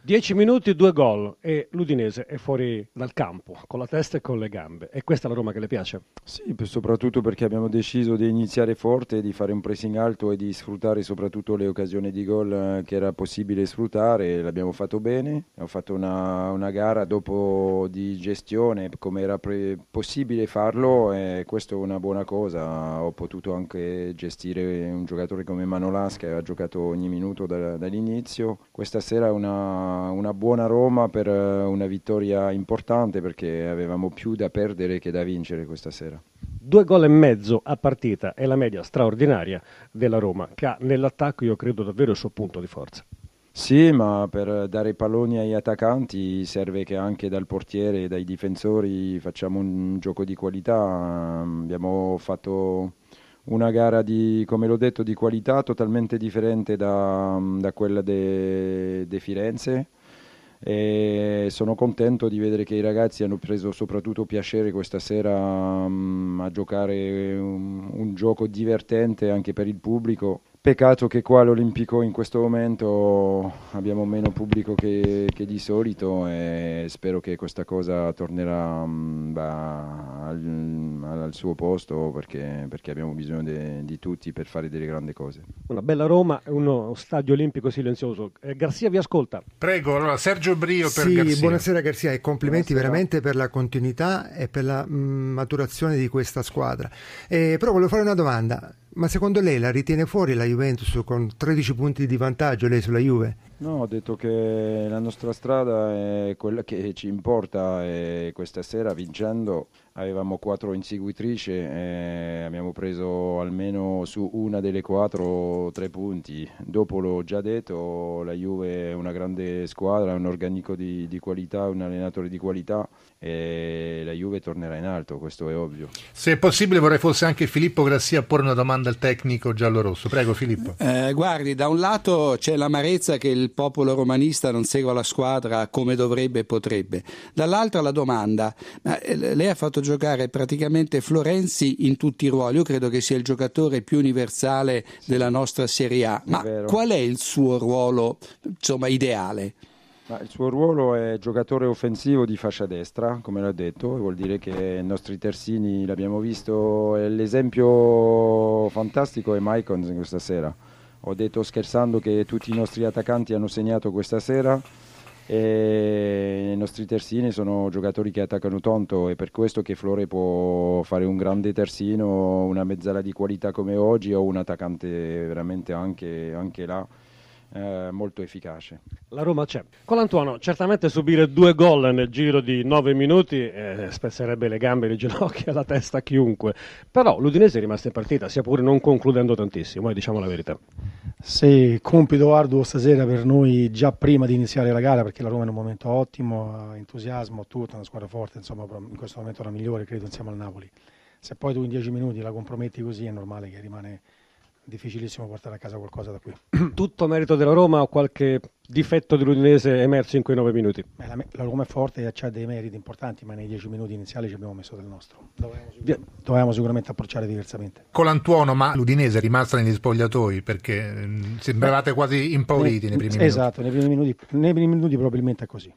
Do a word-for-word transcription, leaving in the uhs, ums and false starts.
Dieci minuti, due gol e l'Udinese è fuori dal campo, con la testa e con le gambe. E questa è la Roma che le piace? Sì, per- soprattutto perché abbiamo deciso di iniziare forte, di fare un pressing alto e di sfruttare soprattutto le occasioni di gol eh, che era possibile sfruttare. L'abbiamo fatto bene, abbiamo fatto una, una gara dopo di gestione come era pre- possibile farlo e questo è una buona cosa. Ho potuto anche gestire un giocatore come Manolas che aveva giocato ogni minuto da- dall'inizio. Questa sera è una una buona Roma per eh, una vittoria importante perché avevamo più da perdere che da vincere questa sera. Due gol e mezzo a partita è la media straordinaria della Roma, che ha nell'attacco, io credo, davvero il suo punto di forza. Sì, ma per dare palloni agli attaccanti serve che anche dal portiere e dai difensori facciamo un gioco di qualità. Abbiamo fatto una gara di, come l'ho detto, di qualità totalmente differente da, da quella di Firenze e sono contento di vedere che i ragazzi hanno preso soprattutto piacere questa sera um, a giocare un, un gioco divertente anche per il pubblico. Peccato che qua all'Olimpico in questo momento abbiamo meno pubblico che, che di solito e spero che questa cosa tornerà mh, bah, al, al suo posto perché, perché abbiamo bisogno de, di tutti per fare delle grandi cose. Una bella Roma e uno stadio olimpico silenzioso. Eh, Garzia vi ascolta. Prego, allora Sergio Brio per Sì, Garzia. buonasera Garzia e complimenti Buonasera. veramente per la continuità e per la mh, maturazione di questa squadra. Eh, però volevo fare una domanda. Ma secondo lei la ritiene fuori la Juventus con tredici punti di vantaggio lei sulla Juve? No, ho detto che la nostra strada è quella che ci importa e questa sera vincendo avevamo quattro inseguitrici e abbiamo preso almeno su una delle quattro tre punti. Dopo l'ho già detto, la Juve è una grande squadra, un organico di, di qualità, un allenatore di qualità e la Juve tornerà in alto, questo è ovvio. Se è possibile vorrei fosse anche Filippo Grassia a porre una domanda al tecnico giallorosso. Prego Filippo. Eh, guardi, da un lato c'è l'amarezza che il popolo romanista non segua la squadra come dovrebbe e potrebbe, dall'altra la domanda, ma eh, lei ha fatto giocare praticamente Florenzi in tutti i ruoli, io credo che sia il giocatore più universale della nostra Serie A, ma vero. qual è il suo ruolo, insomma, ideale? Ma il suo ruolo è giocatore offensivo di fascia destra, come l'ho detto, vuol dire che i nostri terzini l'abbiamo visto, e l'esempio fantastico è Maicon questa sera. Ho detto scherzando che tutti i nostri attaccanti hanno segnato questa sera e i nostri terzini sono giocatori che attaccano tanto, è per questo che Flore può fare un grande terzino, una mezzala di qualità come oggi o un attaccante veramente anche, anche là. Eh, molto efficace. La Roma c'è. Colantuono, certamente subire due gol nel giro di nove minuti eh, spezzerebbe le gambe, le ginocchia e la testa a chiunque. Però l'Udinese è rimasta in partita, sia pure non concludendo tantissimo, eh, diciamo la verità. Sì, compito arduo stasera per noi già prima di iniziare la gara, perché la Roma è in un momento ottimo, entusiasmo, tutta una squadra forte, insomma in questo momento la migliore credo insieme al Napoli. Se poi tu in dieci minuti la comprometti così è normale che rimane difficilissimo portare a casa qualcosa da qui. Tutto merito della Roma o qualche difetto dell'Udinese emerso in quei nove minuti? Beh, la, la Roma è forte e ha dei meriti importanti, ma nei dieci minuti iniziali ci abbiamo messo del nostro. Dovevamo sicuramente, dovevamo sicuramente approcciare diversamente. Colantuono, ma l'Udinese è rimasta negli spogliatoi perché mh, sembravate quasi impauriti nei primi esatto, minuti. Esatto, nei primi minuti, nei primi minuti probabilmente è così.